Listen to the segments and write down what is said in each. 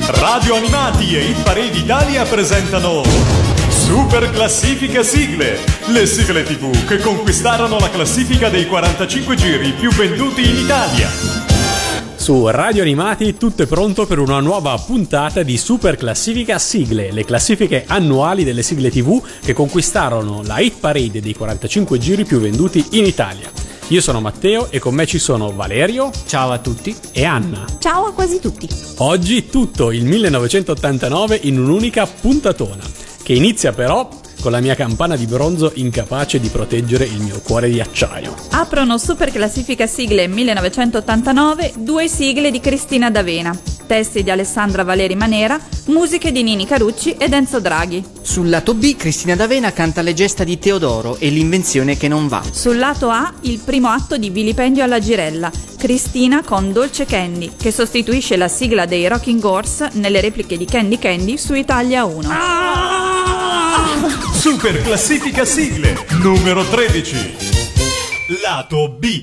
Radio Animati e Hit Parade Italia presentano Super Classifica Sigle, le sigle TV che conquistarono la classifica dei 45 giri più venduti in Italia. Su Radio Animati tutto è pronto per una nuova puntata di Super Classifica Sigle, le classifiche annuali delle sigle TV che conquistarono la Hit Parade dei 45 giri più venduti in Italia. Io sono Matteo e con me ci sono Valerio. Ciao a tutti. E Anna. Ciao a quasi tutti. Oggi tutto il 1989 in un'unica puntatona, che inizia però con la mia campana di bronzo incapace di proteggere il mio cuore di acciaio. Aprono Super Classifica Sigle 1989 due sigle di Cristina D'Avena, testi di Alessandra Valeri Manera, musiche di Nini Carucci ed Enzo Draghi. Sul lato B Cristina D'Avena canta Le gesta di Teodoro e L'invenzione che non va. Sul lato A il primo atto di Vilipendio alla Girella, Cristina con Dolce Candy, che sostituisce la sigla dei Rocking Horse nelle repliche di Candy Candy su Italia 1. Super Classifica Sigle numero 13. Lato B.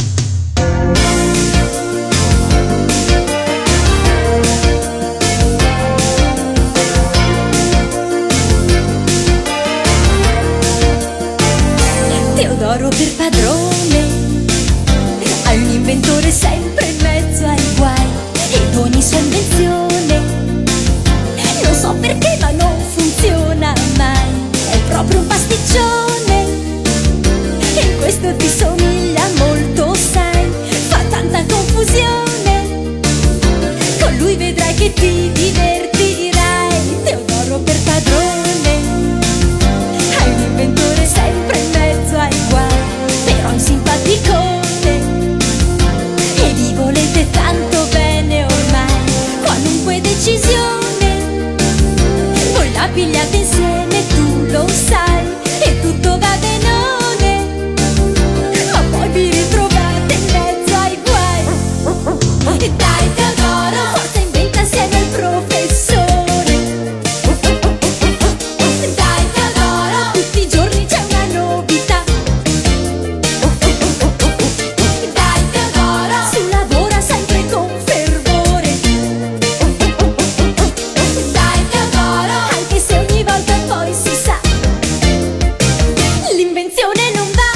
Teodoro per padrone, ha un inventore sempre in mezzo ai guai, ed ogni sua invenzione non so perché ma non funziona mai. È proprio un pasticcione e in questo ti somiglia molto, sai, fa tanta confusione. Con lui vedrai che ti divertirai. Teodoro per padrone, hai un inventore sempre in mezzo ai guai, però è simpaticone e vi volete tanto bene ormai. Qualunque decisione voi la pigliate insieme, tu lo sai, e tutto va benone, ma poi vi ritrovate in mezzo ai guai. E dai Teodoro, forza inventa assieme al professore. Dai Teodoro, tutti i giorni c'è una novità. Dai Teodoro, su lavora sempre con fervore. Dai Teodoro, anche se ogni volta poi si sa l'invenzione non va.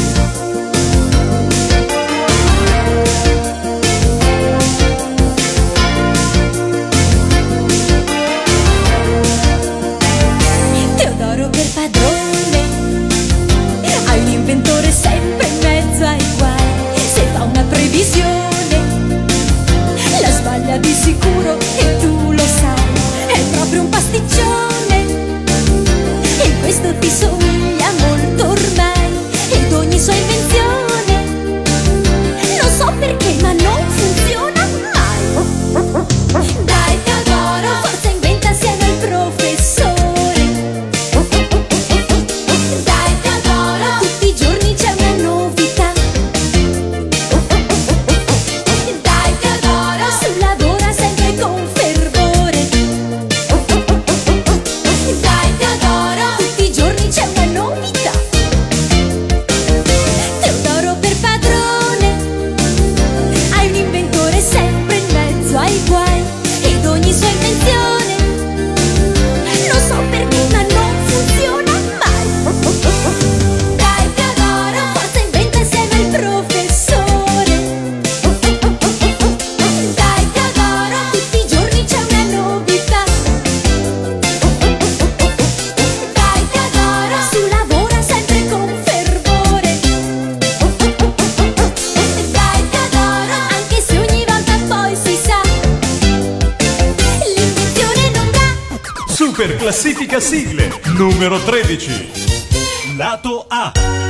Teodoro per padrone, hai un inventore sempre in mezzo ai guai. Se fa una previsione la sbaglia di sicuro e tu lo sai. È proprio un pasticcione e in questo ti somiglia molto ormai, ed ogni sua invenzione non so perché ma non funziona mai. Dai Teodoro, forza inventa assieme al professore. Dai Teodoro, tutti i giorni c'è una novità. Dai Teodoro, su lavora sempre con fervore. Dai Teodoro, tutti i giorni c'è una novità. Teodoro per padrone, hai un inventore sempre in mezzo ai guai, ed ogni sua invenzione non so perché ma non funziona mai. Dai Teodoro, forza inventa assieme al professore. Dai Teodoro, tutti i giorni c'è una novità. Dai Teodoro, su lavora sempre con fervore. Dai Teodoro, anche se ogni volta poi si sa l'invenzione non va. Super Classifica Sigle numero 13. Lato A.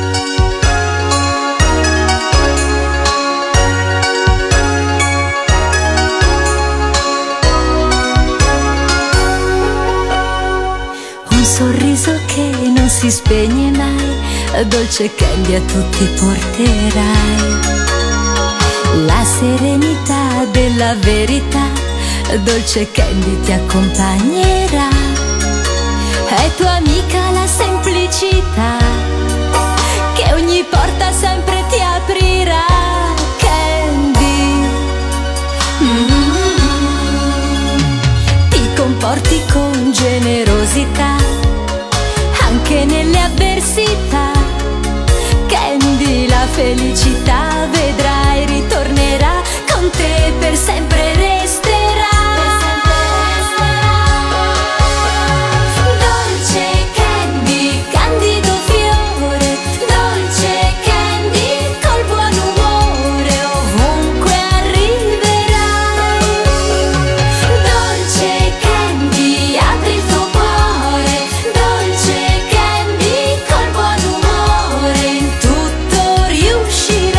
Un sorriso che non si spegne mai, dolce candy a tutti porterai. La serenità della verità, dolce candy ti accompagnerà. È tua amica la semplicità, che ogni porta sempre ti aprirà. Candy, porti con generosità anche nelle avversità. Candy, la felicità vedrai ritornerà con te, per sempre resterà. Dolce Candy, candido fiore, dolce Candy, col buon umore ovunque arriverai. Dolce Candy, apri il tuo cuore, dolce Candy, col buon umore in tutto riuscirai.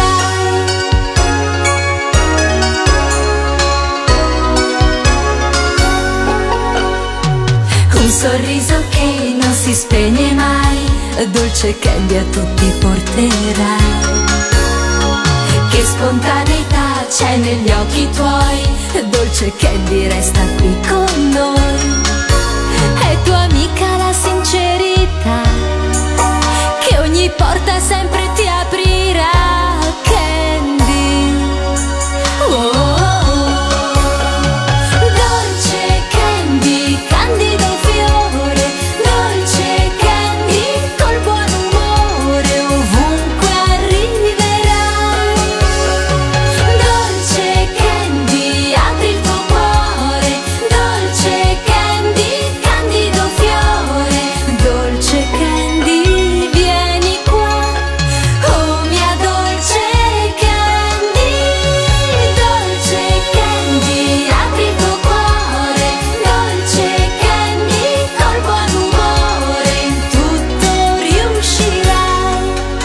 Un sorriso che non si spegne mai, dolce Candy a tutti porterai. Che spontaneità c'è negli occhi tuoi, dolce Candy resta qui con noi. È tua amica la sincerità, che ogni porta sempre ti aprirà. Candy, oh, oh, oh. Dolce Candy, candido fiore, dolce Candy, col buon umore ovunque arriverai. Dolce Candy, apri il tuo cuore, dolce Candy, candido fiore, dolce Candy, vieni qua, oh mia dolce Candy. Dolce Candy, apri il tuo cuore, dolce Candy, col buon umore in tutto riuscirai.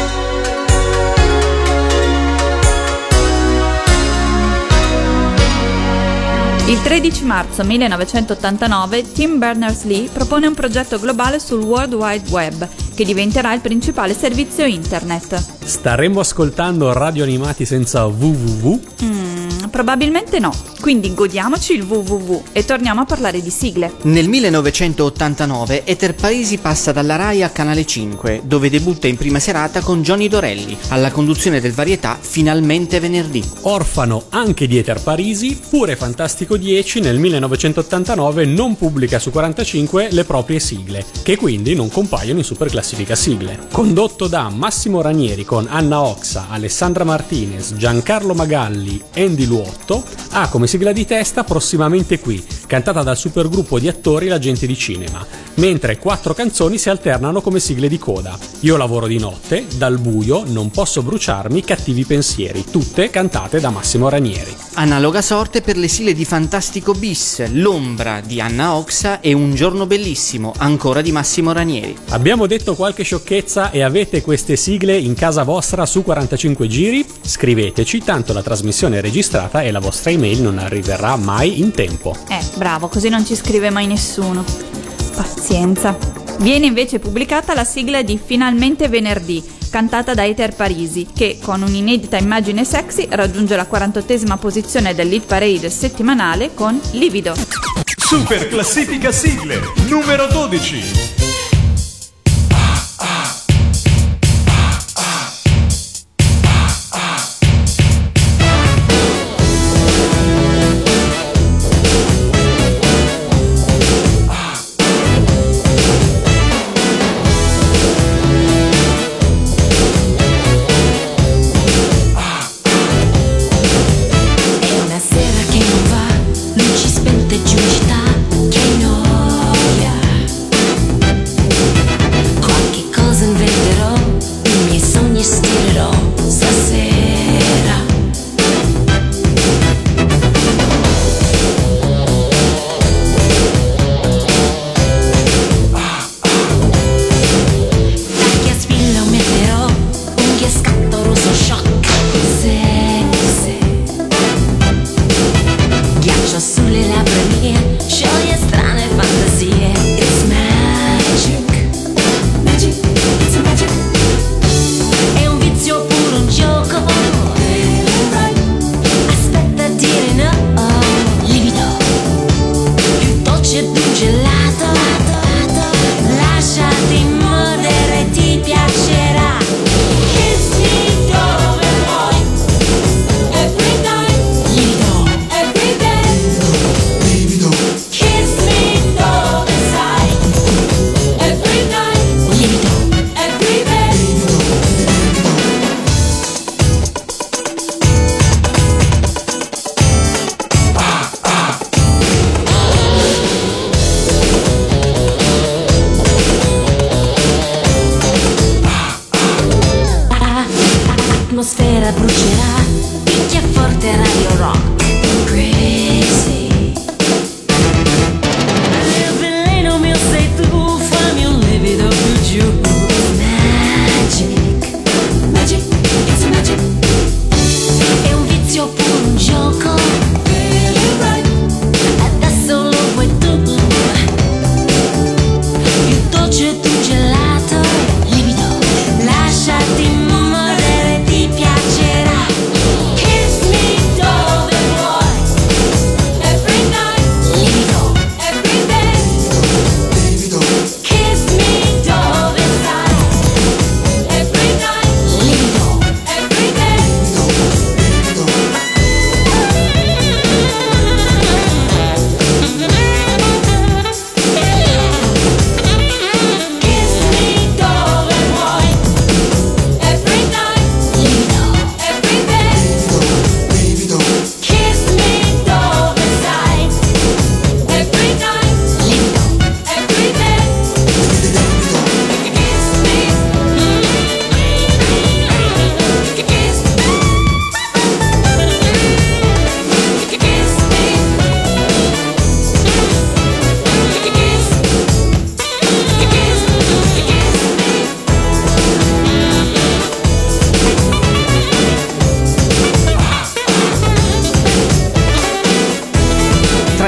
Il 13 marzo 1989 Tim Berners-Lee propone un progetto globale sul World Wide Web, che diventerà il principale servizio internet. Staremmo ascoltando radio animati senza www? Probabilmente no, quindi godiamoci il www e torniamo a parlare di sigle. Nel 1989 Eter Parisi passa dalla Rai a Canale 5, dove debutta in prima serata con Johnny Dorelli, alla conduzione del varietà Finalmente Venerdì. Orfano anche di Eter Parisi, pure Fantastico 10 nel 1989 non pubblica su 45 le proprie sigle, che quindi non compaiono in super classifica sigle. Condotto da Massimo Ranieri con Anna Oxa, Alessandra Martinez, Giancarlo Magalli, Andy Luotto, ha come sigla di testa Prossimamente qui, cantata dal supergruppo di attori La Gente di Cinema, mentre 4 canzoni si alternano come sigle di coda: Io lavoro di notte, Dal buio, Non posso bruciarmi, Cattivi pensieri, tutte cantate da Massimo Ranieri. Analoga sorte per le sigle di Fantastico bis, L'ombra di Anna Oxa e Un giorno bellissimo, ancora di Massimo Ranieri. Abbiamo detto qualche sciocchezza e avete queste sigle in casa vostra su 45 giri? Scriveteci, tanto la trasmissione è registrata e la vostra email non arriverà mai in tempo. Bravo, così non ci scrive mai nessuno. Pazienza. Viene invece pubblicata la sigla di Finalmente Venerdì, cantata da Eter Parisi, che con un'inedita immagine sexy raggiunge la 48esima posizione dell'Hit Parade settimanale con Livido. Super classifica sigle numero 12.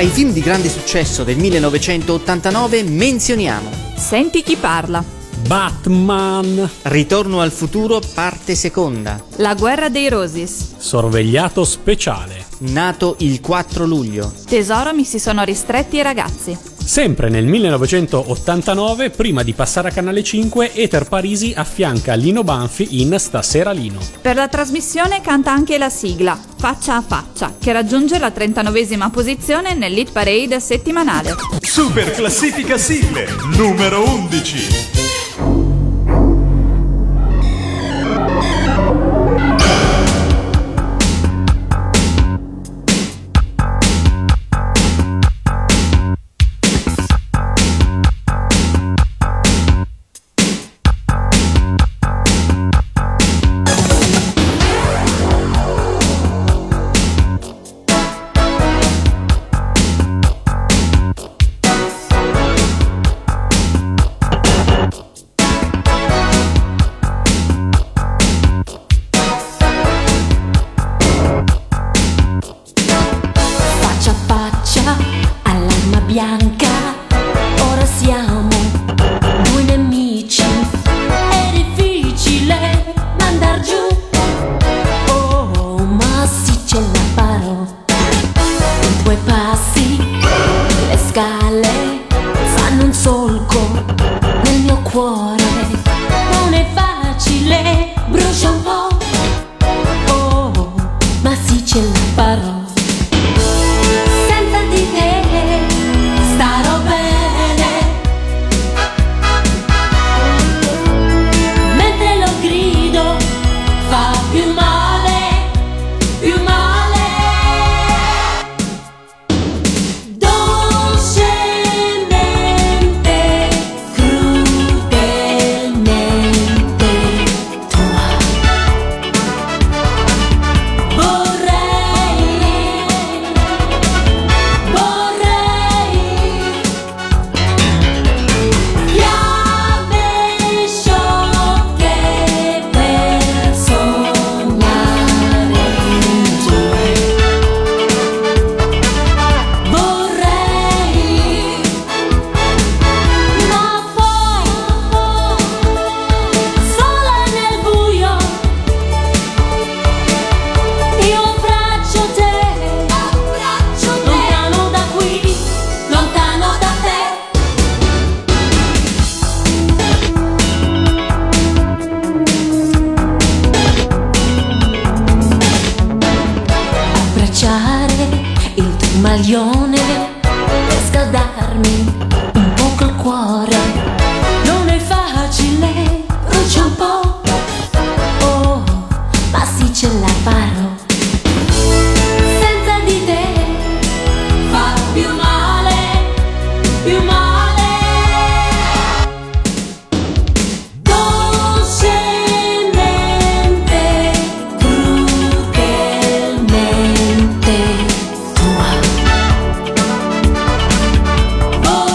Tra i film di grande successo del 1989 menzioniamo Senti chi parla. Batman, Ritorno al futuro parte seconda, La guerra dei Roses. Sorvegliato speciale. nato il 4 luglio, Tesoro, mi si sono ristretti i ragazzi. Sempre nel 1989, prima di passare a Canale 5, Ether Parisi affianca Lino Banfi in Stasera Lino. Per la trasmissione canta anche la sigla Faccia a Faccia, che raggiunge la 39esima posizione nell'Hit Parade settimanale. Super classifica sigle numero 11. Faccia a faccia all'arma bianca, ora siamo due nemici, è difficile mandar giù, oh ma sì ce la farò, in 2 passi le scale fanno un solco nel mio cuore, non è facile, brucia un po', oh ma sì ce la farò. Senza di te starò bene, mentre lo grido fa più male, più male. Dolcemente, crudelmente tua. Chiave sciocche per sognare in giù. Vorrei, ma poi sola nel buio io abbraccio te, lontano da qui, lontano da te. Abbracciare il tuo maglione per scaldarmi un poco il cuore, non è facile, brucia un po', oh, ma sì ce la farò. Senza di te fa più male, più male. Dolcemente, crudelmente tua. Vorrei,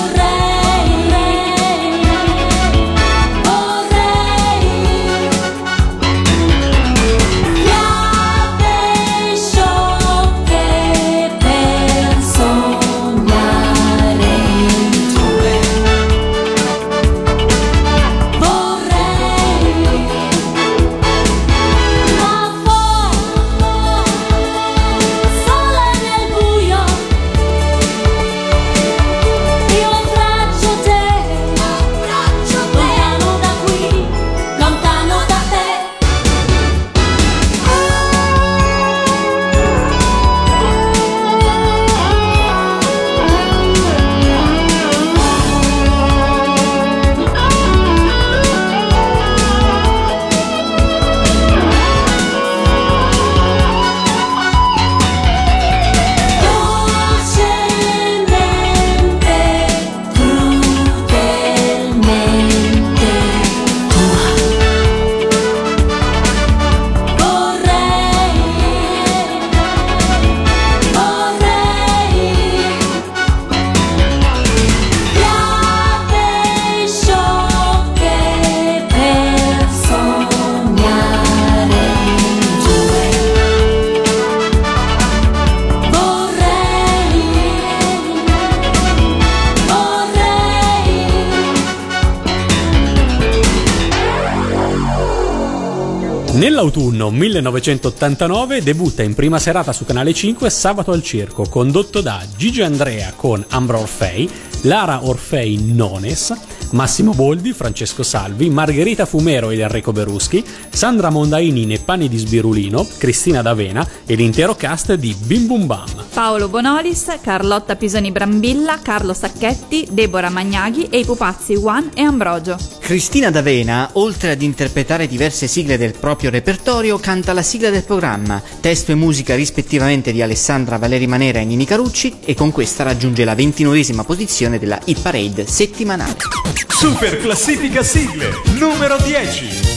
Nell'autunno 1989 debutta in prima serata su Canale 5 Sabato al Circo, condotto da Gigi Andrea con Ambra Orfei, Lara Orfei Nones, Massimo Boldi, Francesco Salvi, Margherita Fumero ed Enrico Beruschi, Sandra Mondaini nei panni di Sbirulino, Cristina D'Avena e l'intero cast di Bim Bum Bam. Paolo Bonolis, Carlotta Pisoni Brambilla, Carlo Sacchetti, Deborah Magnaghi e i pupazzi Juan e Ambrogio. Cristina D'Avena, oltre ad interpretare diverse sigle del proprio repertorio, canta la sigla del programma, testo e musica rispettivamente di Alessandra Valeri Manera e Nini Carucci, e con questa raggiunge la 29esima posizione della Hit Parade settimanale. Super classifica sigle numero 10.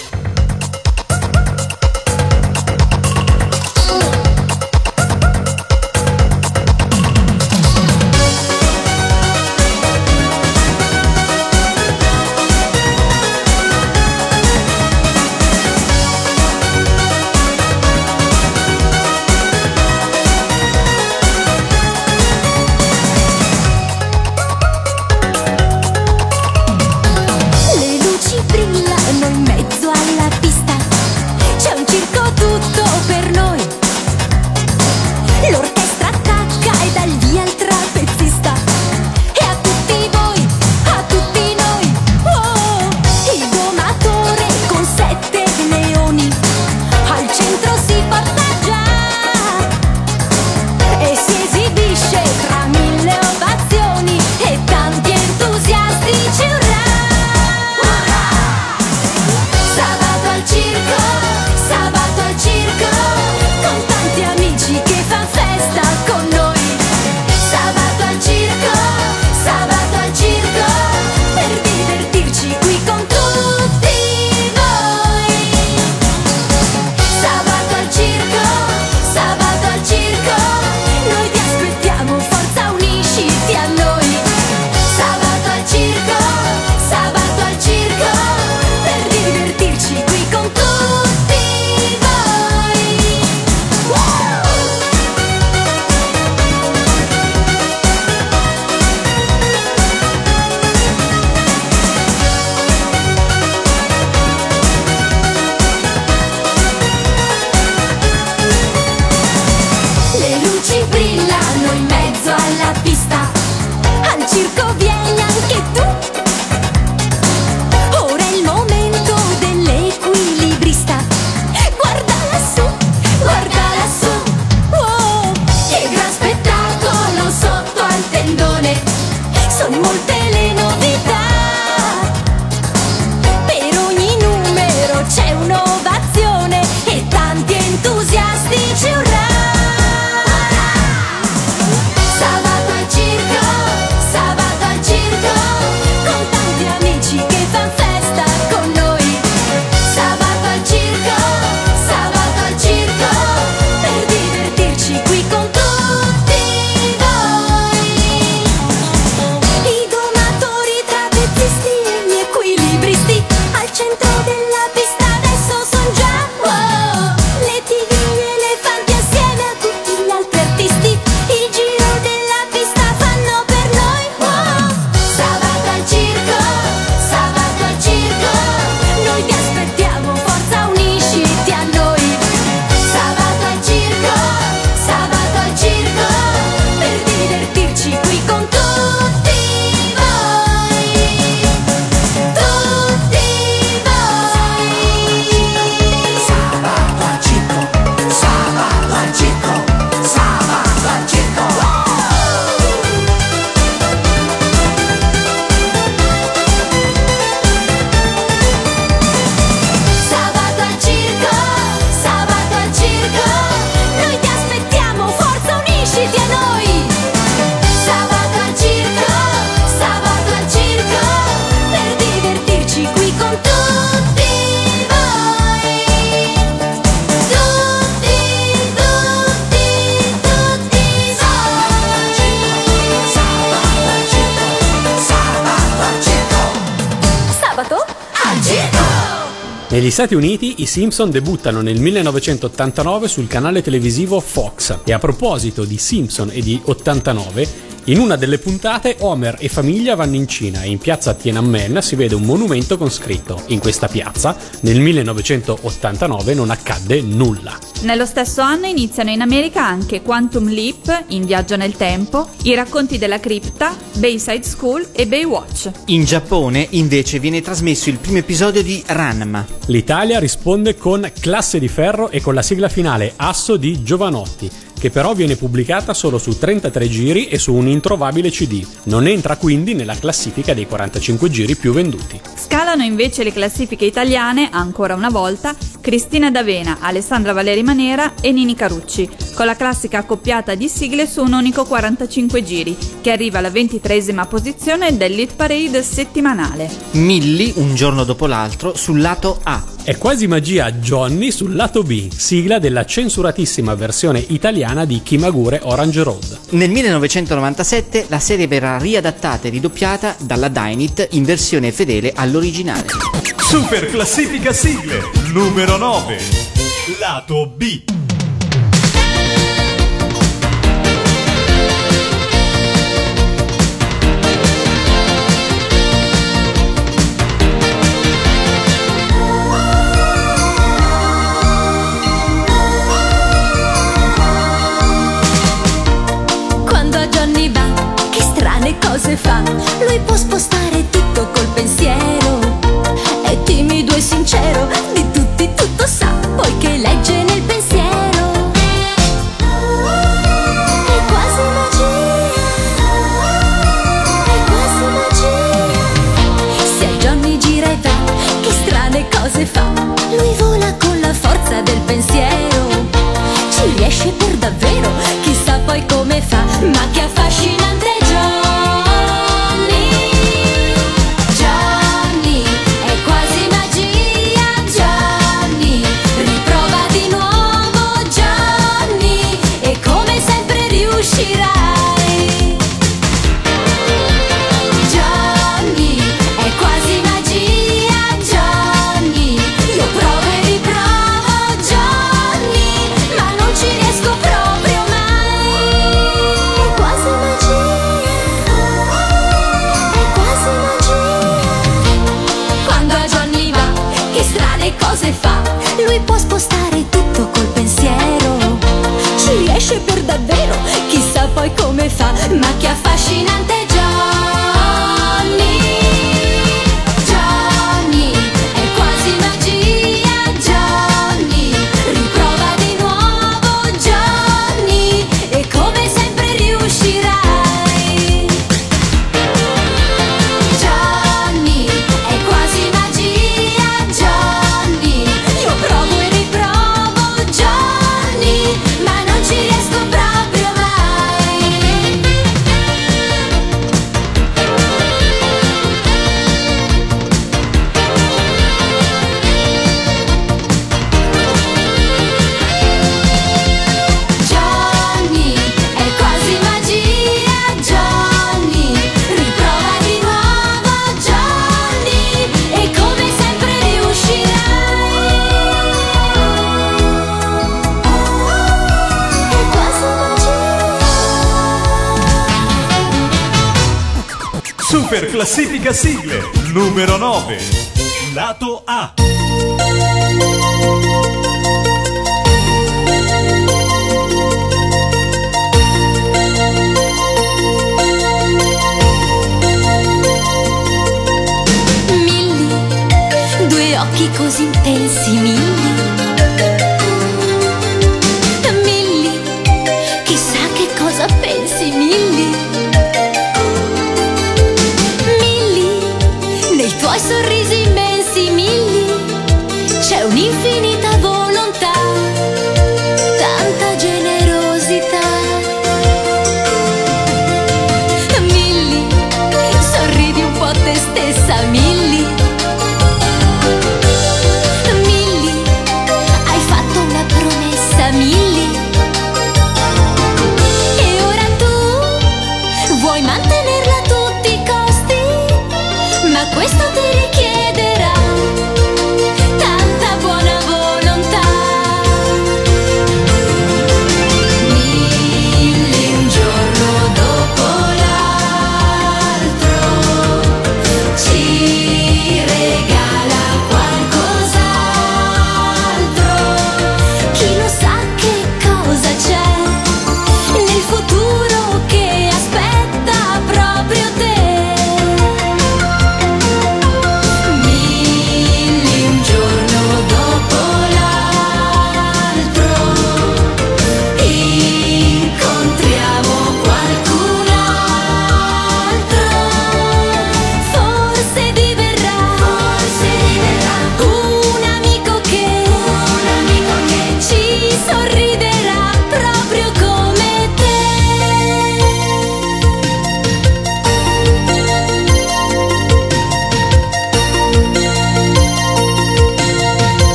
Negli Stati Uniti i Simpson debuttano nel 1989 sul canale televisivo Fox, e a proposito di Simpson e di 89, In una delle puntate Homer e famiglia vanno in Cina e in piazza Tiananmen si vede un monumento con scritto: in questa piazza nel 1989 non accadde nulla. Nello stesso anno iniziano in America anche Quantum Leap, In viaggio nel tempo, I racconti della cripta, Bayside School e Baywatch. In Giappone invece viene trasmesso il primo episodio di Ranma. L'Italia risponde con Classe di ferro e con la sigla finale Asso di Giovanotti, che però viene pubblicata solo su 33 giri e su un introvabile CD. Non entra quindi nella classifica dei 45 giri più venduti. Scalano invece le classifiche italiane, ancora una volta, Cristina D'Avena, Alessandra Valeri Manera e Nini Carucci, con la classica accoppiata di sigle su un unico 45 giri, che arriva alla 23esima posizione dell'Hit Parade settimanale. Milli, un giorno dopo l'altro, sul lato A. È quasi magia Johnny sul lato B, sigla della censuratissima versione italiana di Kimagure Orange Road. Nel 1997 la serie verrà riadattata e ridoppiata dalla Dynit in versione fedele all'originale. Super classifica sigle numero 9. Lato B. Cose fa, lui può spostare tutto col pensiero, è timido e sincero, di tutti tutto sa, poiché legge nel pensiero. È quasi magia, è quasi magia. Se Johnny gira e va, che strane cose fa, lui vola con la forza del pensiero, ci riesce per davvero, chissà poi come fa, ma che affascinante cose fa, lui può spostare tutto col pensiero, ci riesce per davvero, chissà poi come fa, ma che affascinante Johnny. Johnny, è quasi magia Johnny, riprova di nuovo Johnny, e come sempre riuscirai. Johnny, è quasi magia Johnny, io provo e riprovo Johnny, ma non ci riesco proprio mai. Johnny, è quasi magia Johnny, riprova di nuovo Johnny, e come sempre riuscirai. È quasi magia. Super classifica sigle numero 9. Lato A. Milli, due occhi così intensi, Milli. Milli, chissà che cosa pensi, Milli. Milli, nei tuoi sorrisi immensi, Milli, c'è un'infinità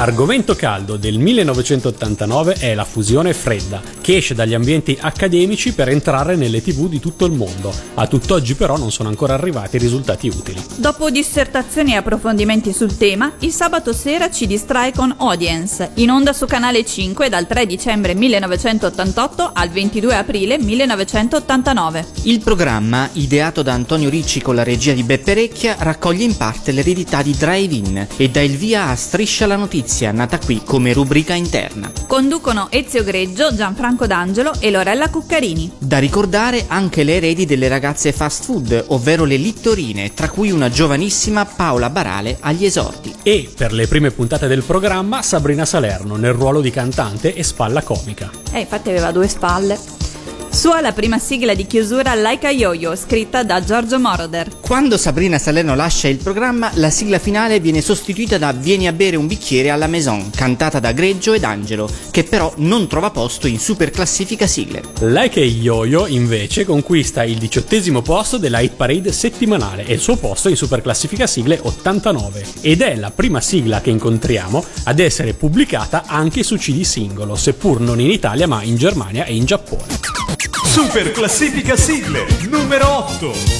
L'argomento caldo del 1989 è la fusione fredda, che esce dagli ambienti accademici per entrare nelle TV di tutto il mondo. A tutt'oggi però non sono ancora arrivati risultati utili. Dopo dissertazioni e approfondimenti sul tema, il sabato sera ci distrae con Audience, in onda su Canale 5 dal 3 dicembre 1988 al 22 aprile 1989. Il programma, ideato da Antonio Ricci con la regia di Beppe Recchia, raccoglie in parte l'eredità di Drive-In e dà il via a Striscia la notizia, nata qui come rubrica interna. Conducono Ezio Greggio, Gianfranco D'Angelo e Lorella Cuccarini. Da ricordare anche le eredi delle ragazze fast food, ovvero le littorine, tra cui una giovanissima Paola Barale agli esordi. E per le prime puntate del programma Sabrina Salerno nel ruolo di cantante e spalla comica. Infatti aveva 2 spalle. Sua la prima sigla di chiusura Like a Yo-Yo, scritta da Giorgio Moroder. Quando Sabrina Salerno lascia il programma, la sigla finale viene sostituita da Vieni a bere un bicchiere alla Maison, cantata da Greggio ed Angelo, che però non trova posto in super classifica sigle. Like a Yo-Yo invece conquista il 18° posto della hit parade settimanale e il suo posto in super classifica sigle 89, ed è la prima sigla che incontriamo ad essere pubblicata anche su CD singolo, seppur non in Italia ma in Germania e in Giappone. Super classifica sigle numero 8.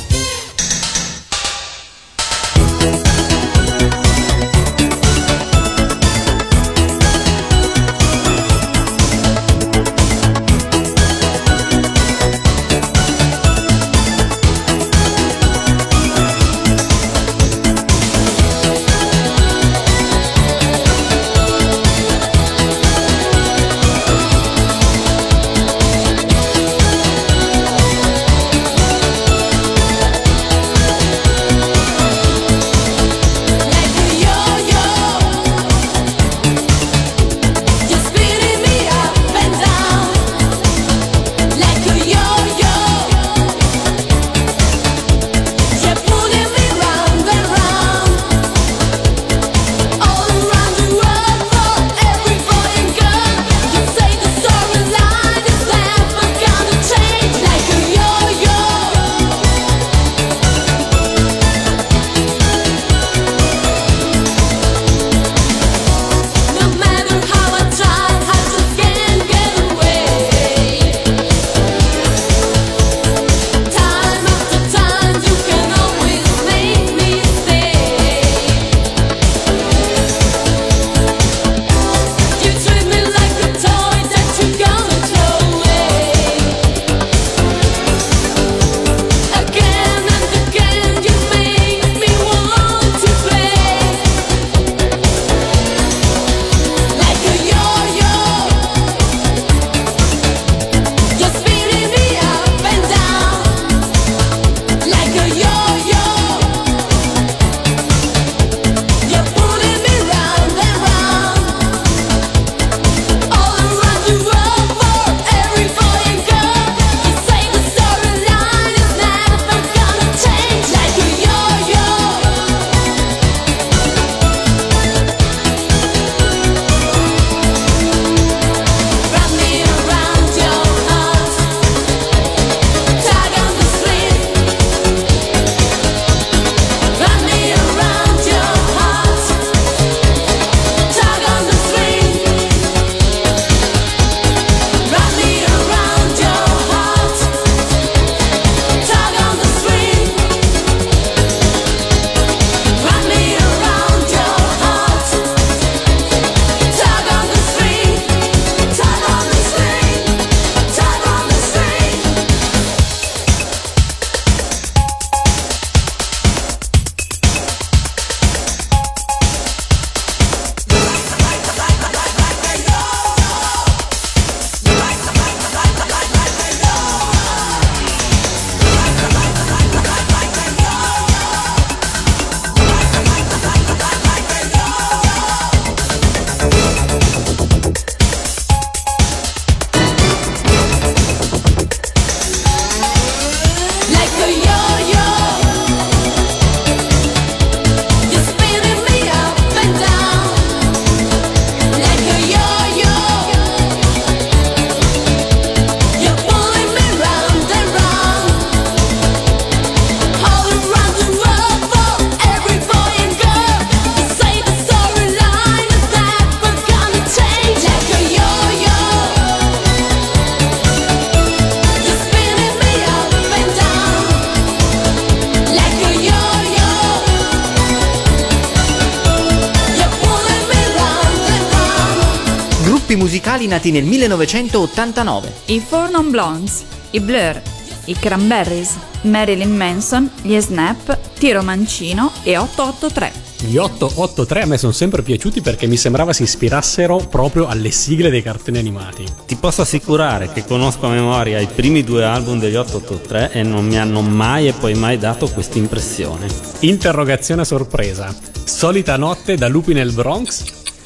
gruppi musicali nati nel 1989. I Four Non Blondes, i Blur, i Cranberries, Marilyn Manson, gli Snap, Tiro Mancino e 883. Gli 883 a me sono sempre piaciuti perché mi sembrava si ispirassero proprio alle sigle dei cartoni animati. Ti posso assicurare che conosco a memoria i primi 2 album degli 883 e non mi hanno mai e poi mai dato questa impressione. Interrogazione a sorpresa. Solita notte da lupi nel Bronx?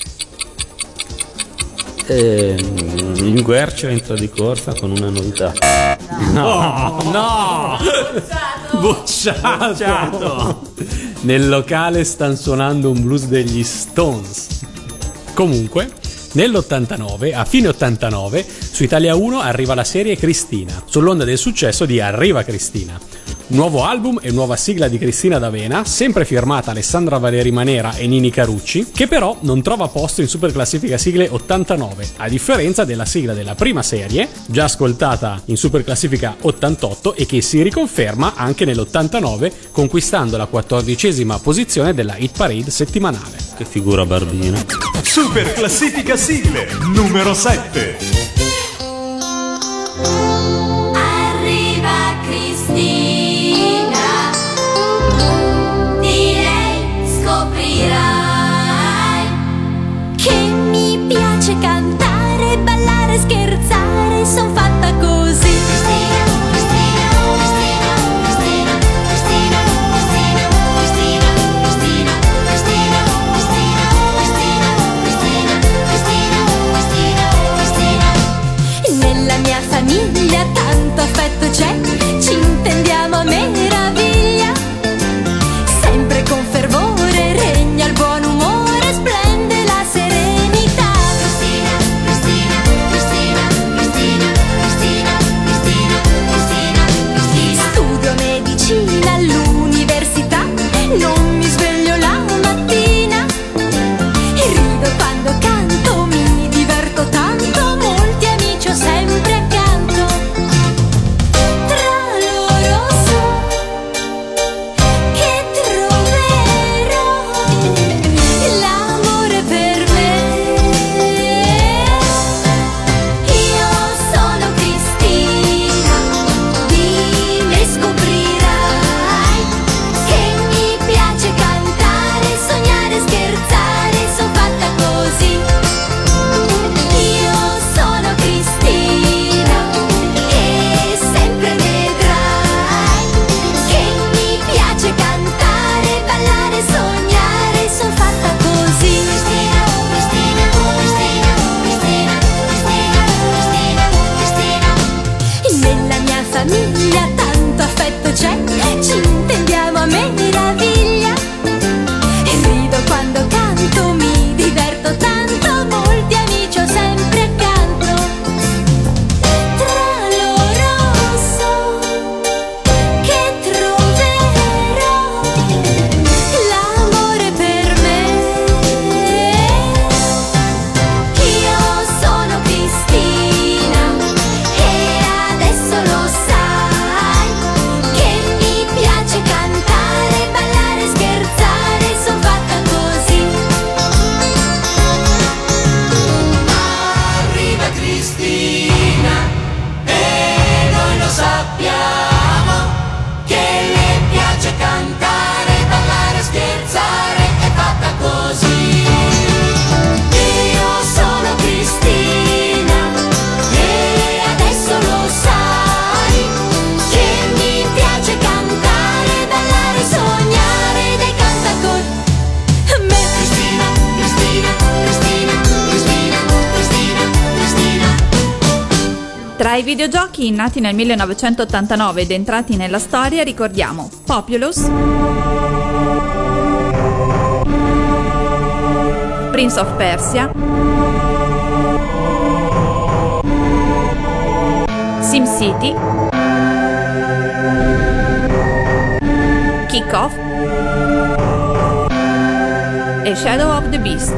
Il Guercio entra di corsa con una novità. No! Bocciato! Nel locale stanno suonando un blues degli Stones. Comunque, nell'89, a fine 89, su Italia 1 arriva la serie Cristina, sull'onda del successo di Arriva Cristina. Nuovo album e nuova sigla di Cristina D'Avena, sempre firmata Alessandra Valeri Manera e Nini Carucci, che però non trova posto in super classifica sigle 89, a differenza della sigla della prima serie, già ascoltata in super classifica 88 e che si riconferma anche nell'89, conquistando la 14ª posizione della Hit Parade settimanale. Che figura barbina. Super classifica sigle numero 7. Arriva Cristina, di lei scoprirai che mi piace cantare, ballare, scherzare, son fatta così. Cristina, Cristina, Cristina, Cristina, Cristina, Cristina, Cristina, Cristina, Cristina, Cristina, Cristina, Cristina, Cristina, Cristina. Nella mia famiglia tanto affetto c'è, ci intendiamo a meraviglia. Sempre con fervore regna il buon umore, splende la serenità. Cristina, Cristina, Cristina, Cristina, Cristina, Cristina, Cristina, Cristina. Studio medicina all'università, non mi sveglio la mattina e rido quando canto, mi diverto tanto, molti amici ho sempre accanto. Tra loro so che troverò l'amore per me. Io sono Cristina, di me scoprirai che mi piace cantare, sognare, scherzare, son fatta così. Io sono Cristina e sempre vedrai che mi piace cantare, ballare, sognare, son fatta così. Cristina, Cristina, Cristina, Cristina, Cristina, Cristina, Cristina. Nella mia famiglia tanto affetto c'è, ci intendiamo a meraviglia e rido quando canto, mi diverto tanto, molti amici ho sempre accanto. Tra loro so che troverò l'amore per me. Io sono Cristina e adesso lo sai che mi piace cantare, ballare, scherzare, son fatta così. Arriva Cristina e noi lo sappiamo che le piace cantare, ballare, scherzare, è fatta così. Io sono Cristina e adesso lo sai che mi piace cantare, ballare, sognare, dai canta con me. Cristina, Cristina, Cristina, Cristina, Cristina, Cristina. Tra i videogiochi nati nel 1989 ed entrati nella storia ricordiamo Populous, Prince of Persia, SimCity, Kick Off e Shadow of the Beast.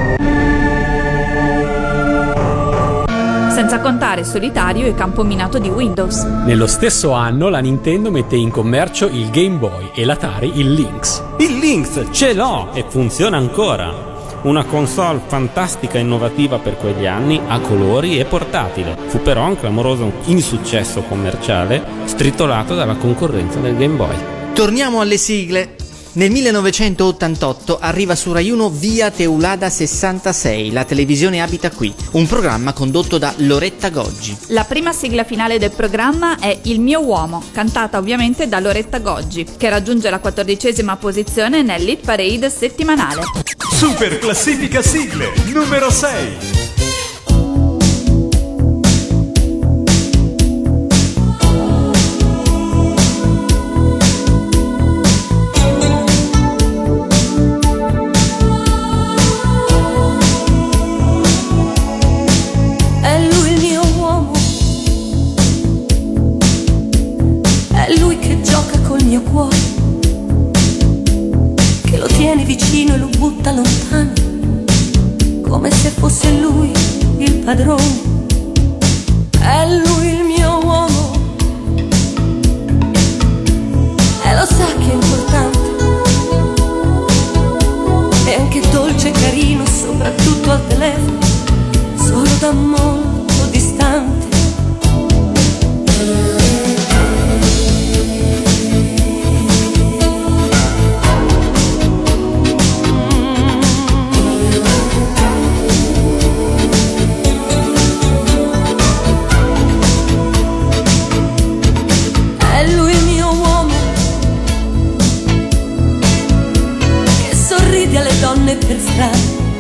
Senza contare Solitario e Campo Minato di Windows. Nello stesso anno la Nintendo mette in commercio il Game Boy e l'Atari il Lynx. Il Lynx ce l'ho e funziona ancora. Una console fantastica e innovativa per quegli anni, a colori e portatile. Fu però un clamoroso insuccesso commerciale, stritolato dalla concorrenza del Game Boy. Torniamo alle sigle. Nel 1988 arriva su Rai 1 Via Teulada 66, la televisione abita qui, un programma condotto da Loretta Goggi. La prima sigla finale del programma è Il mio uomo, cantata ovviamente da Loretta Goggi, che raggiunge la 14ª posizione nell'Hit Parade settimanale. Super classifica sigle numero 6. Che lo tiene vicino e lo butta lontano, come se fosse lui il padrone. È lui il mio uomo, e lo sa che è importante, è anche dolce e carino, soprattutto al telefono, solo da molto distante. Per strada,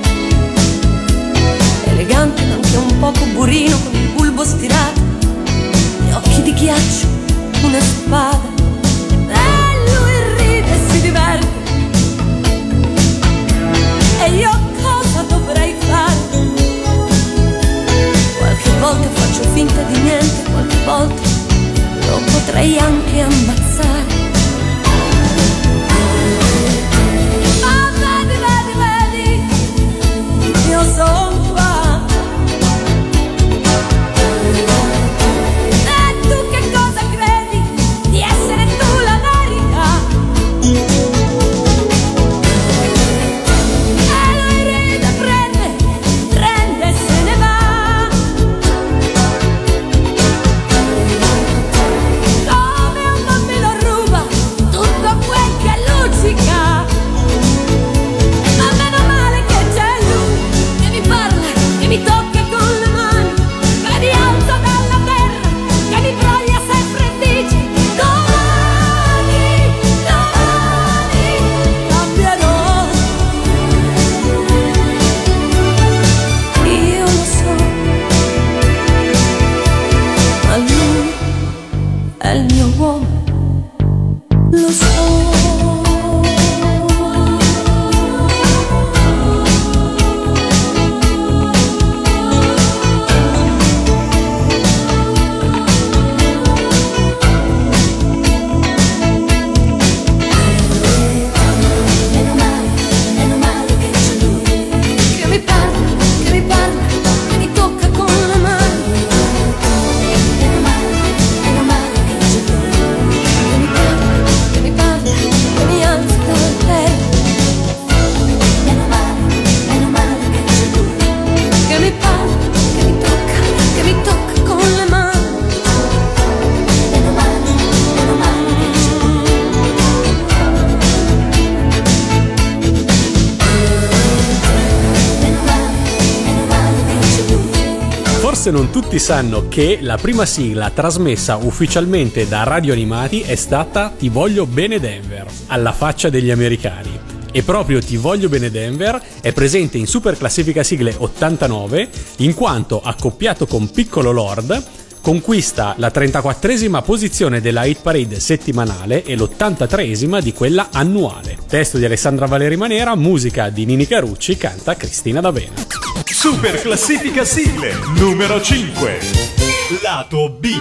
elegante ma anche un poco burino, con il bulbo stirato, gli occhi di ghiaccio, una spada. E lui ride e si diverte, e io cosa dovrei fare? Qualche volta faccio finta di niente, qualche volta lo potrei anche ammazzare. Io sono qua, e tu che cosa credi? Di essere tu la verità? E lui ride, prende e se ne va, come un bambino ruba tutto quel che luccica. Mi tocca con le mani, che mi alza dalla terra, che mi broglia sempre e dice: domani, domani cambierò. Io lo so, ma lui è il mio uomo, lo so. Forse non tutti sanno che la prima sigla trasmessa ufficialmente da Radio Animati è stata Ti voglio bene Denver, alla faccia degli americani. E proprio Ti voglio bene Denver è presente in Super Classifica Sigle 89, in quanto, accoppiato con Piccolo Lord, conquista la 34esima posizione della Hit Parade settimanale e l'83esima di quella annuale. Testo di Alessandra Valeri Manera, musica di Nini Carucci, canta Cristina D'Avena. Super Classifica Sigle numero 5. Lato B.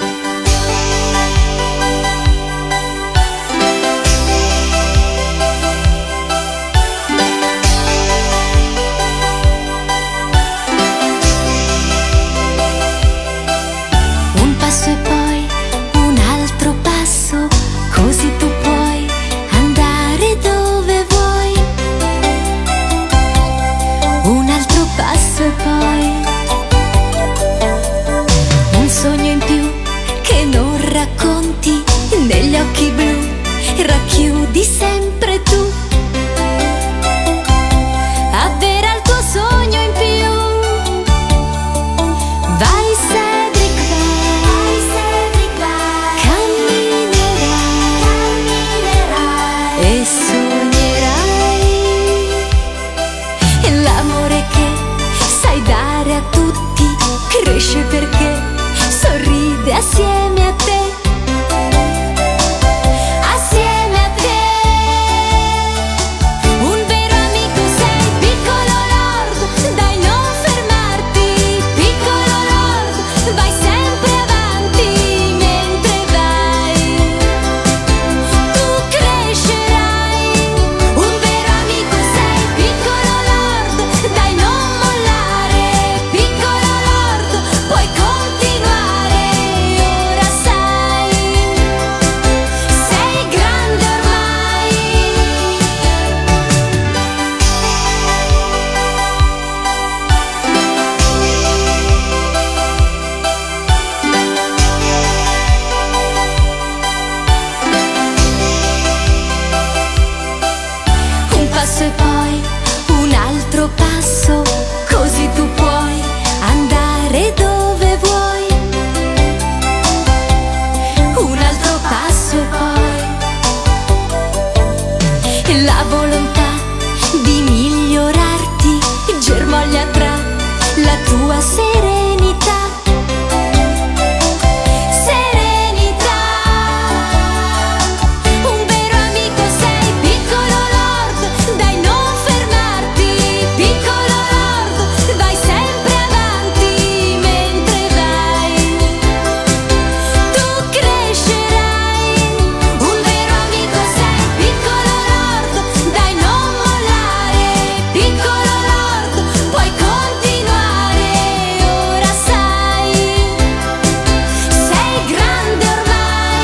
Un passo e poi un altro passo, così tu puoi andare dove vuoi. di sempre tu. Avvera il tuo sogno in più. Vai Cedric, vai, camminerai e sognerai. E l'amore che sai dare a tutti cresce perché sorride assieme a te. Assieme a te. Un vero amico sei, piccolo lord, dai non fermarti, piccolo lord, vai sempre avanti mentre vai. Tu crescerai. Un vero amico sei, piccolo lord, dai non mollare, piccolo lord, puoi continuare, ora sai, sei grande ormai. Un passo e poi un altro passo, così tu puoi andare dove vuoi. Un altro passo e poi la volontà di migliorarti germoglia tra la tua serenità. Serenità. Un vero amico sei, piccolo lord, dai non fermarti, piccolo lord, vai sempre avanti mentre vai. Tu crescerai. Un vero amico sei, piccolo lord, dai non mollare, piccolo lord, puoi continuare, ora sai, sei grande ormai.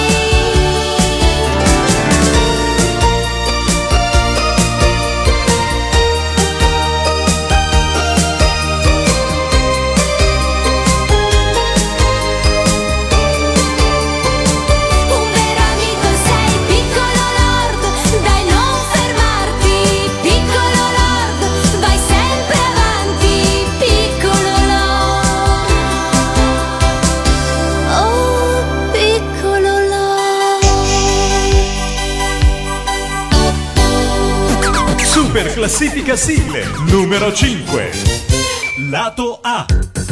Un vero amico sei, piccolo lord, dai non fermarti, piccolo lord, vai sempre avanti, piccolo lord. Oh, piccolo lord. Super classifica sigle numero 5. Lato A.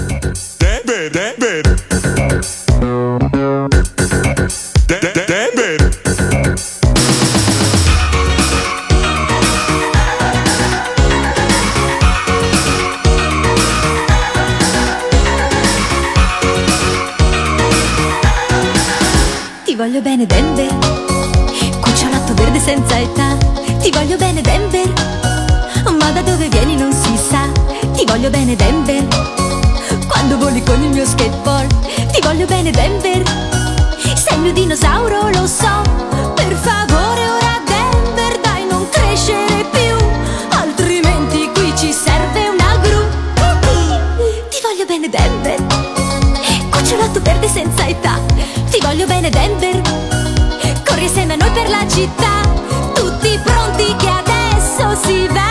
Ti voglio bene Denver, cucciolotto verde senza età. Ti voglio bene Denver, ma da dove vieni non si sa. Ti voglio bene Denver, quando voli con il mio skateboard. Ti voglio bene Denver, sei il mio dinosauro lo so. Per favore ora Denver, dai non crescere più, altrimenti qui ci serve una gru. Ti voglio bene Denver, cucciolotto verde senza età. Ti voglio bene Denver, corri assieme a noi per la città. Tutti pronti che adesso si va.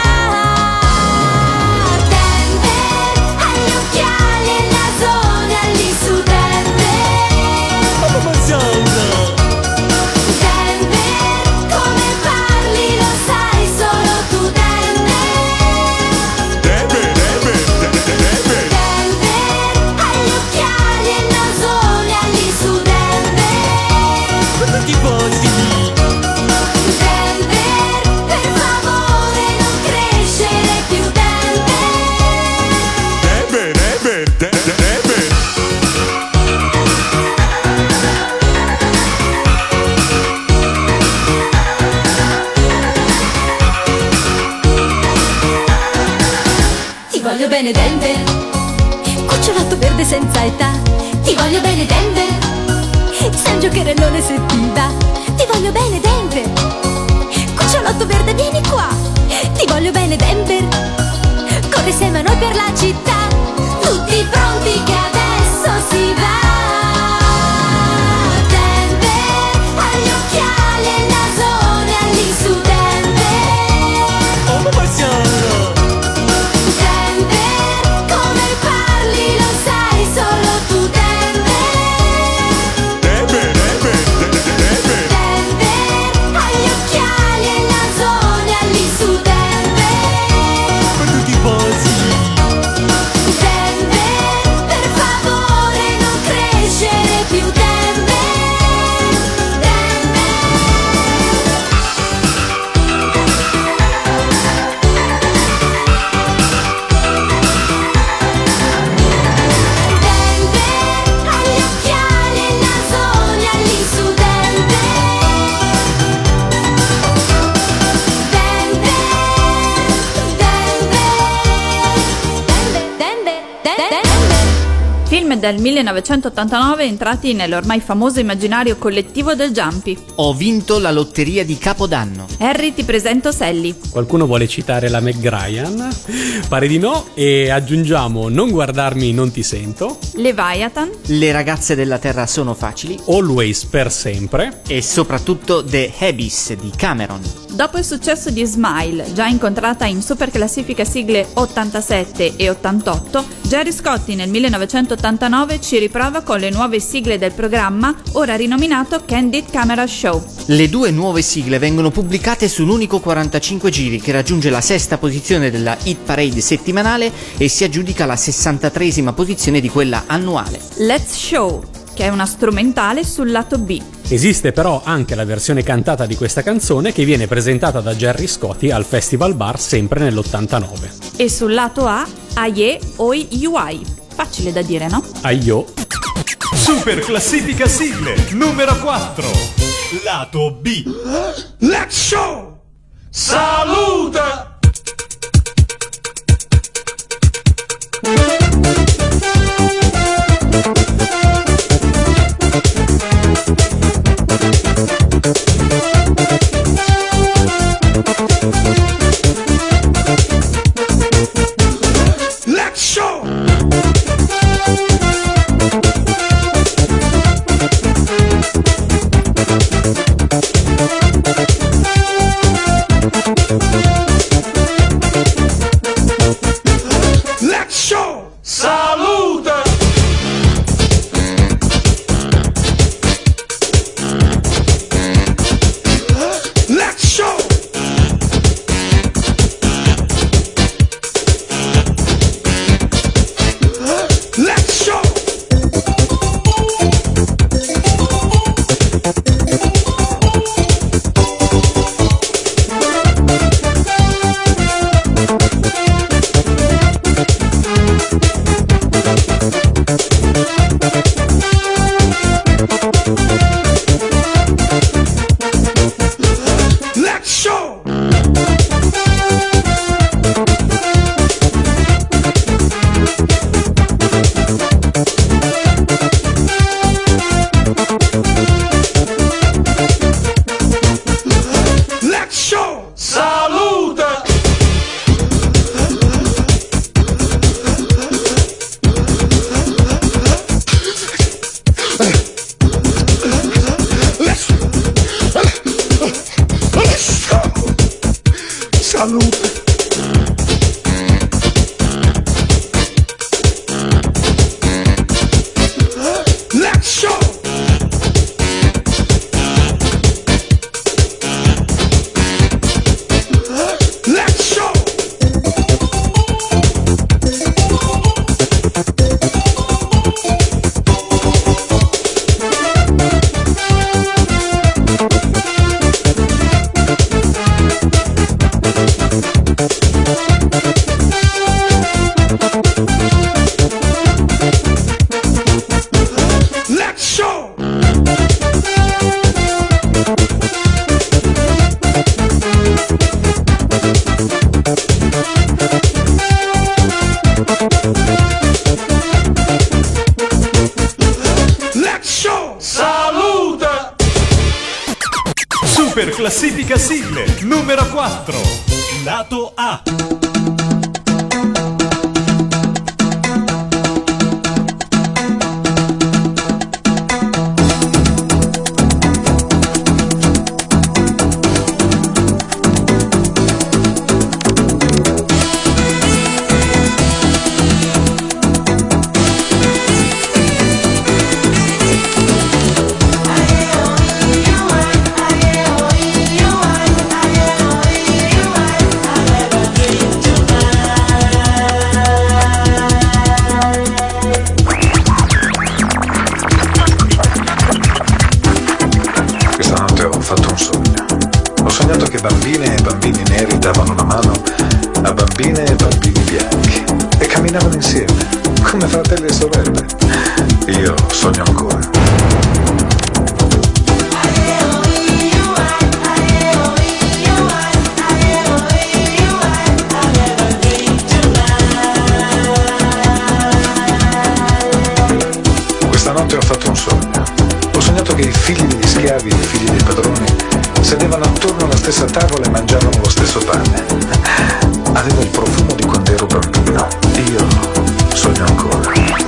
Denver, agli occhiali e nasone lì su Denver. Denver, come parli lo sai solo tu Denver. Denver, agli occhiali e nasone lì su Denver. Denver, per favore non crescere più Denver. Ti voglio bene Denver, cucciolotto verde senza età. Ti voglio bene Denver, sei un giocherellone se ti va. Ti voglio bene Denver, cucciolotto verde vieni qua. Ti voglio bene Denver, corri insieme a noi per la città. Tutti pronti che adesso si va. Denver, agli occhiali e il nasone lì su del 1989 entrati nell'ormai famoso immaginario collettivo del Jumpy. Ho vinto la lotteria di Capodanno. Harry, ti presento Sally. Qualcuno vuole citare la McGryan? Pare di no, e aggiungiamo Non guardarmi, non ti sento, Leviathan, Le ragazze della Terra sono facili Always per sempre. e soprattutto The Abyss di Cameron. Dopo il successo di Smile, già incontrata in super classifica sigle 87 e 88, Gerry Scotti nel 1989 ci riprova con le nuove sigle del programma, ora rinominato Candid Camera Show. Le due nuove sigle vengono pubblicate su un unico 45 giri che raggiunge la sesta posizione della Hit Parade settimanale e si aggiudica la 63esima posizione di quella annuale. Let's Show, che è una strumentale sul lato B. Esiste però anche la versione cantata di questa canzone che viene presentata da Gerry Scotti al Festival Bar sempre nell'89. E sul lato A, Aye Oi UI. Facile da dire, no? Aio. Super classifica sigle numero 4. Lato B. Let's show! Salute! Let's show! Let's show! Salute! Let's show! Let's show! Let's show! Let's show! Salute! Let's go! Salute! Let's show! Let's show! Let's show! Let's show! Salute! Super classifica sigle numero 4. Lato A. Questa notte ho fatto un sogno. Ho sognato che bambine e bambini neri davano una mano a bambine e bambini bianchi e camminavano insieme, come fratelli e sorelle. Io sogno ancora. schiavi e figli dei padroni sedevano attorno alla stessa tavola e mangiavano lo stesso pane. Aveva il profumo di quando ero bambino. Io sogno ancora.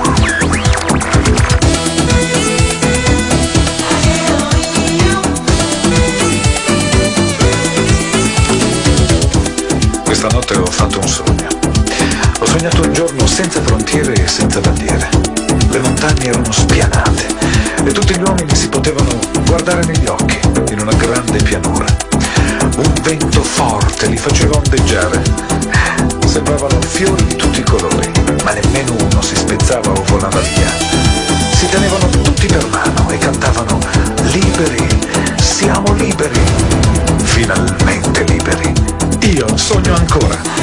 Questa notte ho fatto un sogno. Ho sognato un giorno senza frontiere e senza bandiere. Le montagne erano spianate e tutti gli uomini si potevano guardare negli occhi in una grande pianura. Un vento forte li faceva ondeggiare. Sembravano fiori di tutti i colori, ma nemmeno uno si spezzava o volava via. Si tenevano tutti per mano e cantavano: liberi, siamo liberi, finalmente liberi. Io sogno ancora.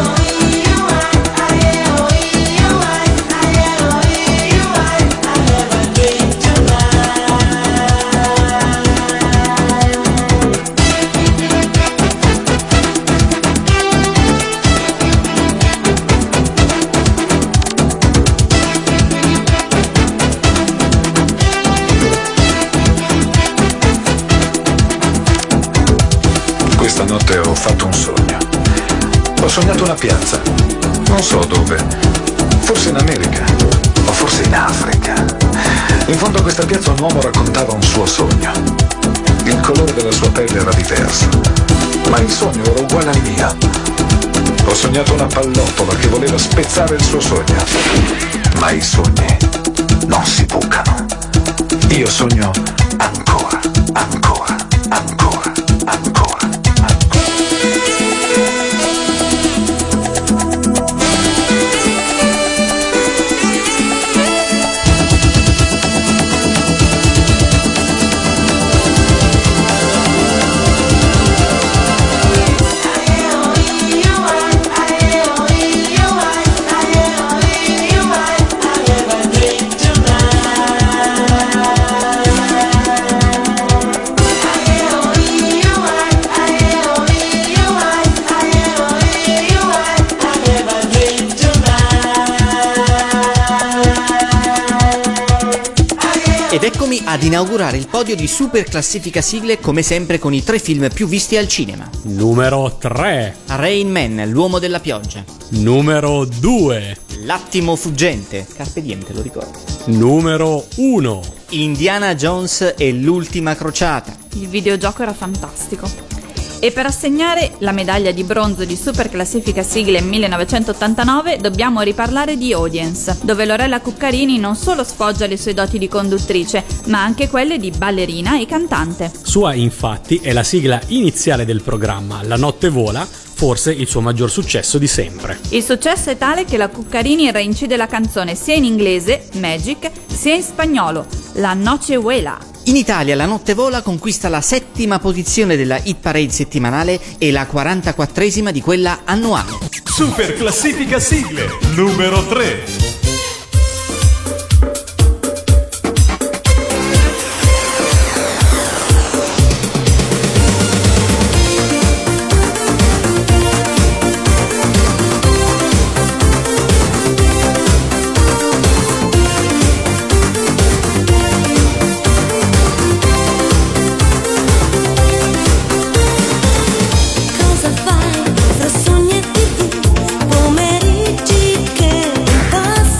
Questa notte ho fatto un sogno. Ho sognato una piazza, non so dove, forse in America o forse in Africa. In fondo a questa piazza un uomo raccontava un suo sogno. Il colore della sua pelle era diverso, ma il sogno era uguale al mio. Ho sognato una pallottola che voleva spezzare il suo sogno, ma i sogni non si bucano. Io sogno ancora, ancora, ancora, ancora. Ed eccomi ad inaugurare il podio di Super Classifica Sigle, come sempre con i 3 film più visti al cinema. Numero 3. Rain Man, l'uomo della pioggia. Numero 2. L'attimo fuggente. Carpe diem, te lo ricordo. Numero 1. Indiana Jones e l'ultima crociata. Il videogioco era fantastico. E per assegnare la medaglia di bronzo di Super Classifica Sigle 1989 dobbiamo riparlare di Audience, dove Lorella Cuccarini non solo sfoggia le sue doti di conduttrice, ma anche quelle di ballerina e cantante. Sua infatti è la sigla iniziale del programma La notte vola, forse il suo maggior successo di sempre. Il successo è tale che la Cuccarini reincide la canzone sia in inglese, Magic, sia in spagnolo, La noche vuela. In Italia La notte vola conquista la 7ª posizione della hit parade settimanale e la 44esima di quella annuale. Super Classifica Sigle numero 3. Cosa fai fra sogni e TV, pomeriggi che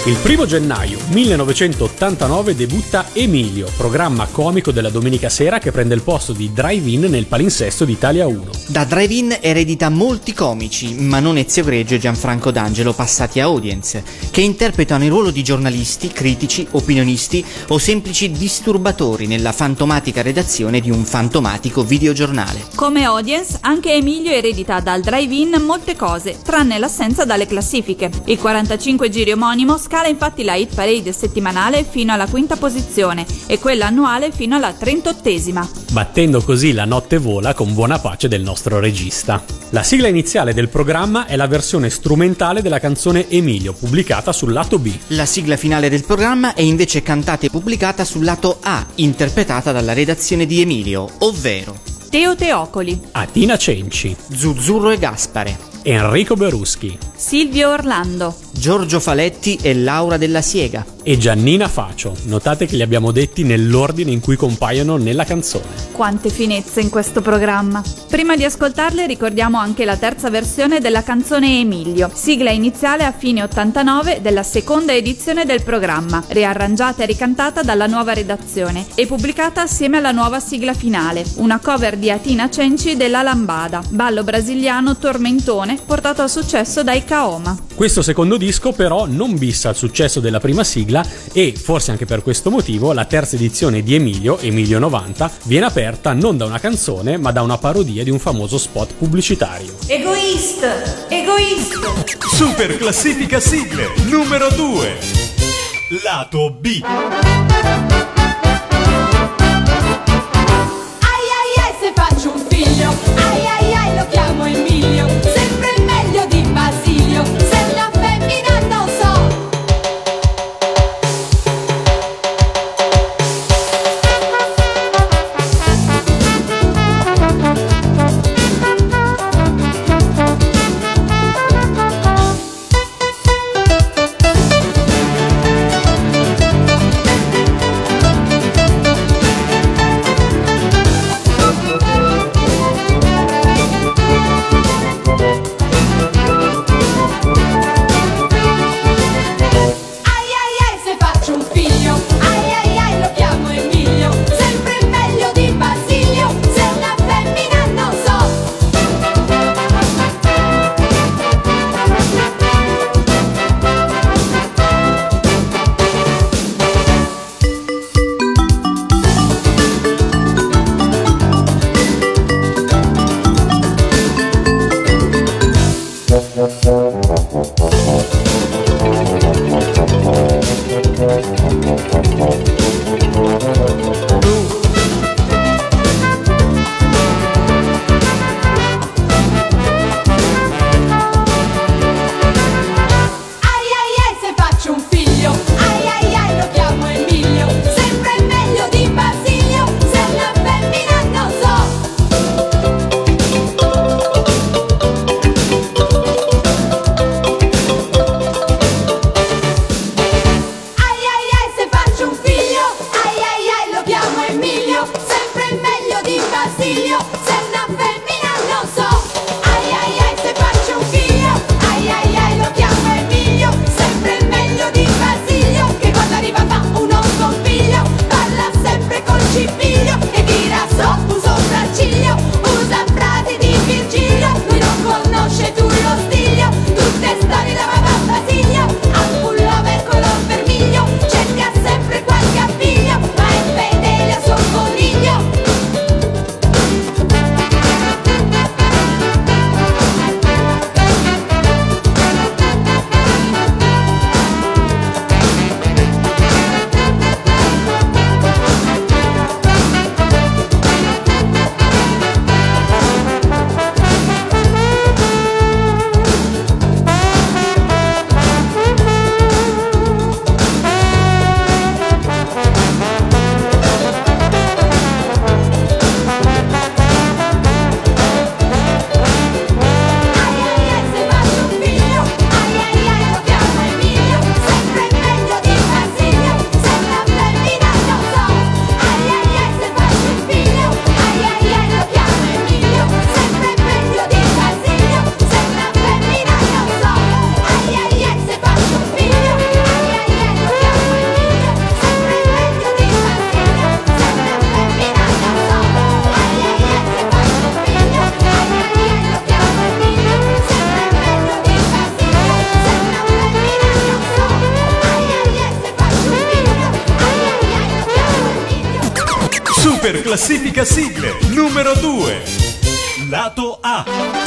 Il 1 gennaio 1989 debutta Emilio, programma comico della domenica sera che prende il posto di Drive-In nel palinsesto di Italia 1. Da Drive-In eredita molti comici, ma non Ezio Greggio e Gianfranco D'Angelo passati a Audience, che interpretano il ruolo di giornalisti, critici, opinionisti o semplici disturbatori nella fantomatica redazione di un fantomatico videogiornale. Come Audience, anche Emilio eredita dal Drive-In molte cose, tranne l'assenza dalle classifiche. Il 45 giri omonimo scala infatti la hit parade settimanale fino alla quinta posizione e quella annuale fino alla 38esima. Battendo così la notte vola con buona pace del nostro regista. La sigla iniziale del programma è la versione strumentale della canzone Emilio, pubblicata sul lato B. La sigla finale del programma è invece cantata e pubblicata sul lato A, interpretata dalla redazione di Emilio, ovvero Teo Teocoli, Atina Cenci, Zuzzurro e Gaspare, Enrico Beruschi Silvio Orlando, Giorgio Faletti e Laura Della Siega e Giannina Facio. Notate che li abbiamo detti nell'ordine in cui compaiono nella canzone. Quante finezze in questo programma. Prima di ascoltarle ricordiamo anche la terza versione della canzone Emilio, sigla iniziale a fine 89 della seconda edizione del programma, riarrangiata e ricantata dalla nuova redazione e pubblicata assieme alla nuova sigla finale, una cover di Atina Cenci della Lambada, ballo brasiliano tormentone portato a successo dai Kaoma. Questo secondo disco però non bissa il successo della prima sigla e, forse anche per questo motivo, la terza edizione di Emilio 90, viene aperta non da una canzone ma da una parodia di un famoso spot pubblicitario. Egoist! Super classifica sigle numero 2. Lato B. Se faccio un figlio, lo chiamo Emilio, sempre meglio di Basilio, se una femmina non so. Super classifica sigle numero 2. Lato A.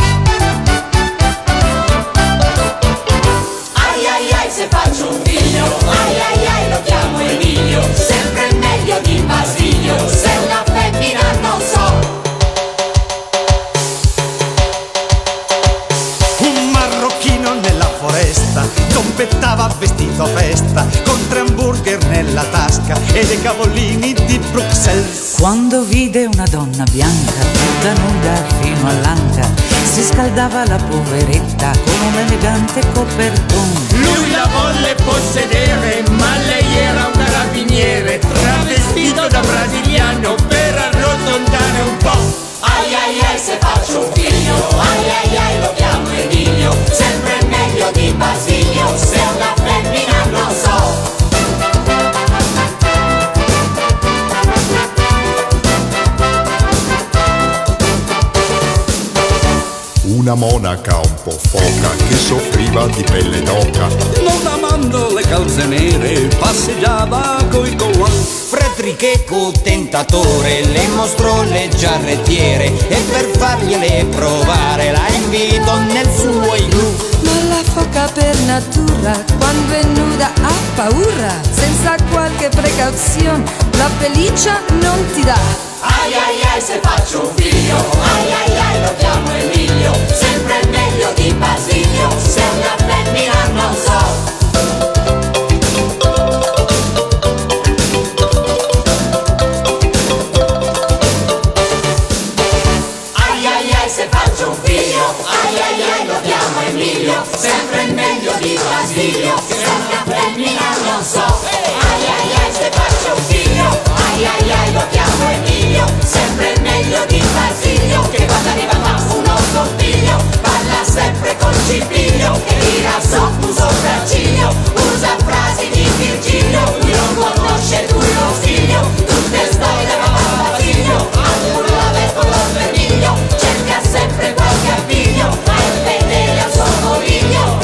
Ai ai ai se faccio un figlio, ai ai ai lo chiamo Emilio, sempre meglio di Basilio, se la femmina non so. Un marocchino nella foresta zombettava vestito a festa, con 3 hamburger nella tasca e dei cavolini di Bruxelles. Quando vide una donna bianca tutta nuda fino all'anca, si scaldava la poveretta con un elegante coperton. Lui la volle possedere, ma lei era un carabiniere, travestito da brasiliano per arrotondare un po'. Ai ai ai se faccio un figlio, ai ai ai lo chiamo Emilio, sempre meglio di Basilio, se una femmina non so. Una monaca un po' foca che soffriva di pelle d'oca, non amando le calze nere passeggiava coi collant. Frederico tentatore le mostrò le giarrettiere e per fargliele provare la invitò nel suo igloo. Ma la foca per natura quando è nuda ha paura, senza qualche precauzione la pelliccia non ti dà. Ai ai ai se faccio un figlio, ai ai ai lo chiamo Emilio, sempre meglio di Basilio, se una femmina non so. Ai ai ai se faccio un figlio, ai ai ai lo chiamo Emilio, sempre meglio di Basilio, se una femmina non so. Ai ai ai se faccio un figlio, ai ai ai lo chiamo Emilio, sempre meglio di Basilio, che quando arriva fa uno scompiglio, parla sempre col cipiglio, che tira sotto un sopracciglio, usa frasi di Virgilio, lui non conosce tu lo figlio, tutte storie da papà Basilio, all'urlare con lo vermiglio, cerca sempre qualche appiglio, ma è fedele al suo coniglio.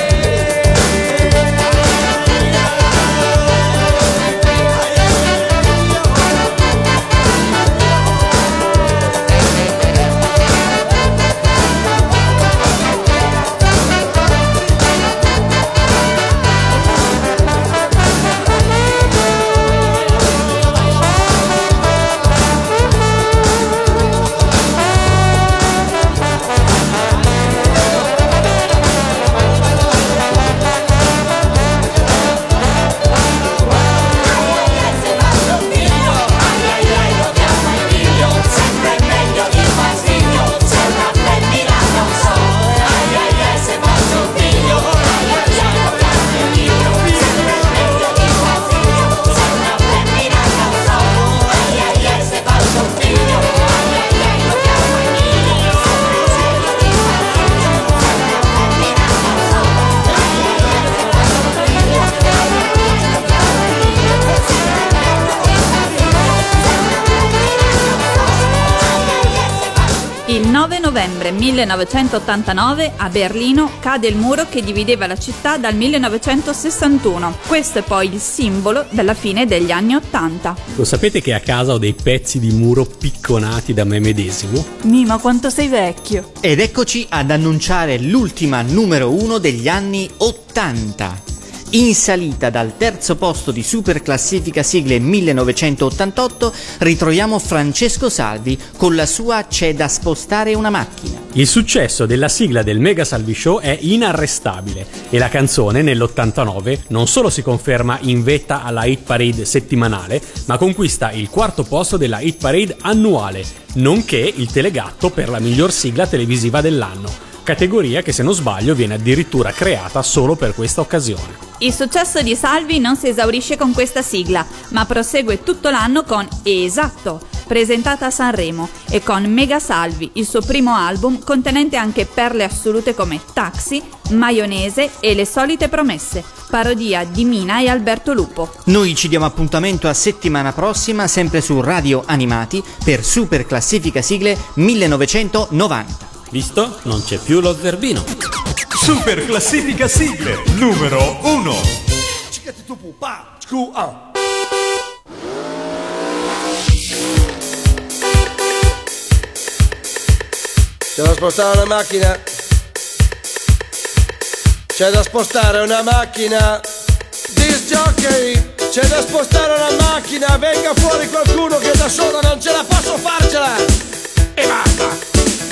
Il 9 novembre 1989 a Berlino cade il muro che divideva la città dal 1961. Questo è poi il simbolo della fine degli anni 80. Lo sapete che a casa ho dei pezzi di muro picconati da me medesimo? Mima, quanto sei vecchio! Ed eccoci ad annunciare l'ultima numero 1 degli anni 80. In salita dal terzo posto di Super Classifica Sigle 1988 ritroviamo Francesco Salvi con la sua C'è da spostare una macchina. Il successo della sigla del Mega Salvi Show è inarrestabile e la canzone nell'89 non solo si conferma in vetta alla Hit Parade settimanale, ma conquista il quarto posto della Hit Parade annuale, nonché il Telegatto per la miglior sigla televisiva dell'anno, categoria che se non sbaglio viene addirittura creata solo per questa occasione. Il successo di Salvi non si esaurisce con questa sigla, ma prosegue tutto l'anno con Esatto, presentata a Sanremo, e con Mega Salvi, il suo primo album contenente anche perle assolute come Taxi, Maionese e Le solite promesse, parodia di Mina e Alberto Lupo. Noi ci diamo appuntamento a settimana prossima, sempre su Radio Animati, per Super Classifica Sigle 1990. Visto? Non c'è più lo zerbino. Super Classifica Sigle numero 1. C'è da spostare una macchina. C'è da spostare una macchina. Disc jockey. C'è da spostare una macchina. Venga fuori qualcuno che da solo non ce la posso farcela. E basta.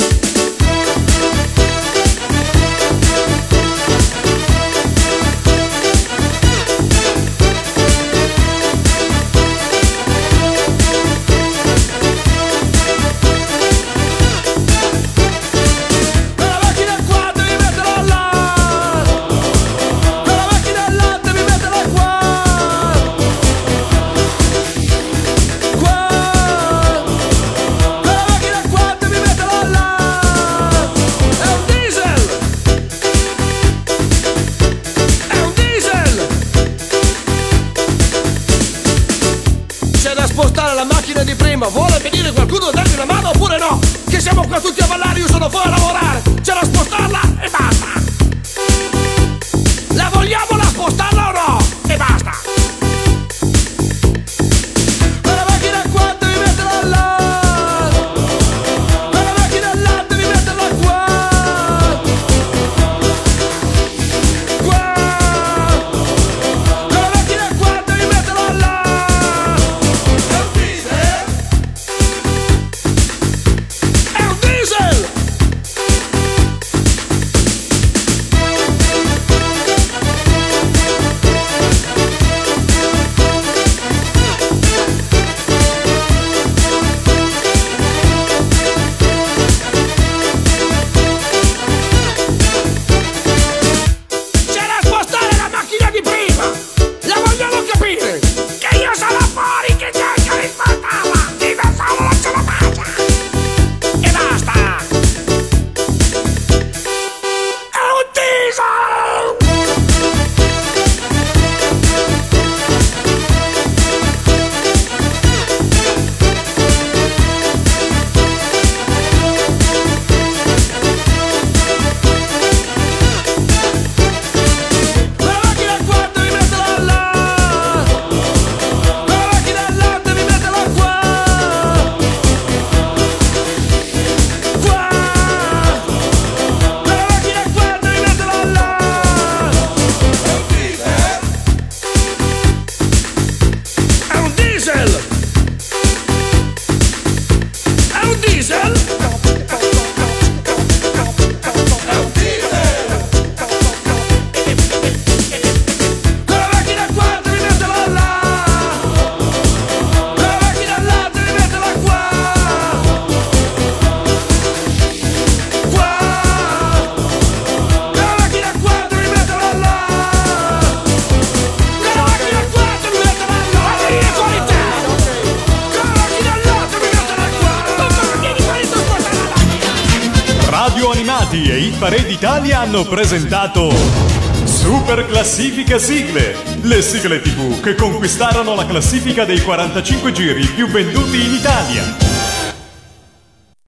Vuole venire qualcuno a darmi una mano oppure no? Che siamo qua tutti a ballare, io sono fuori a lavorare. C'è da spostarla e basta. La vogliamo la spostarla o no? E basta. Quella macchina qua devi metterla là. Quella macchina là devi metterla qua. Qua. Quella macchina qua devi metterla là. E Hit Parade Italia hanno presentato Super Classifica Sigle, le sigle TV che conquistarono la classifica dei 45 giri più venduti in Italia.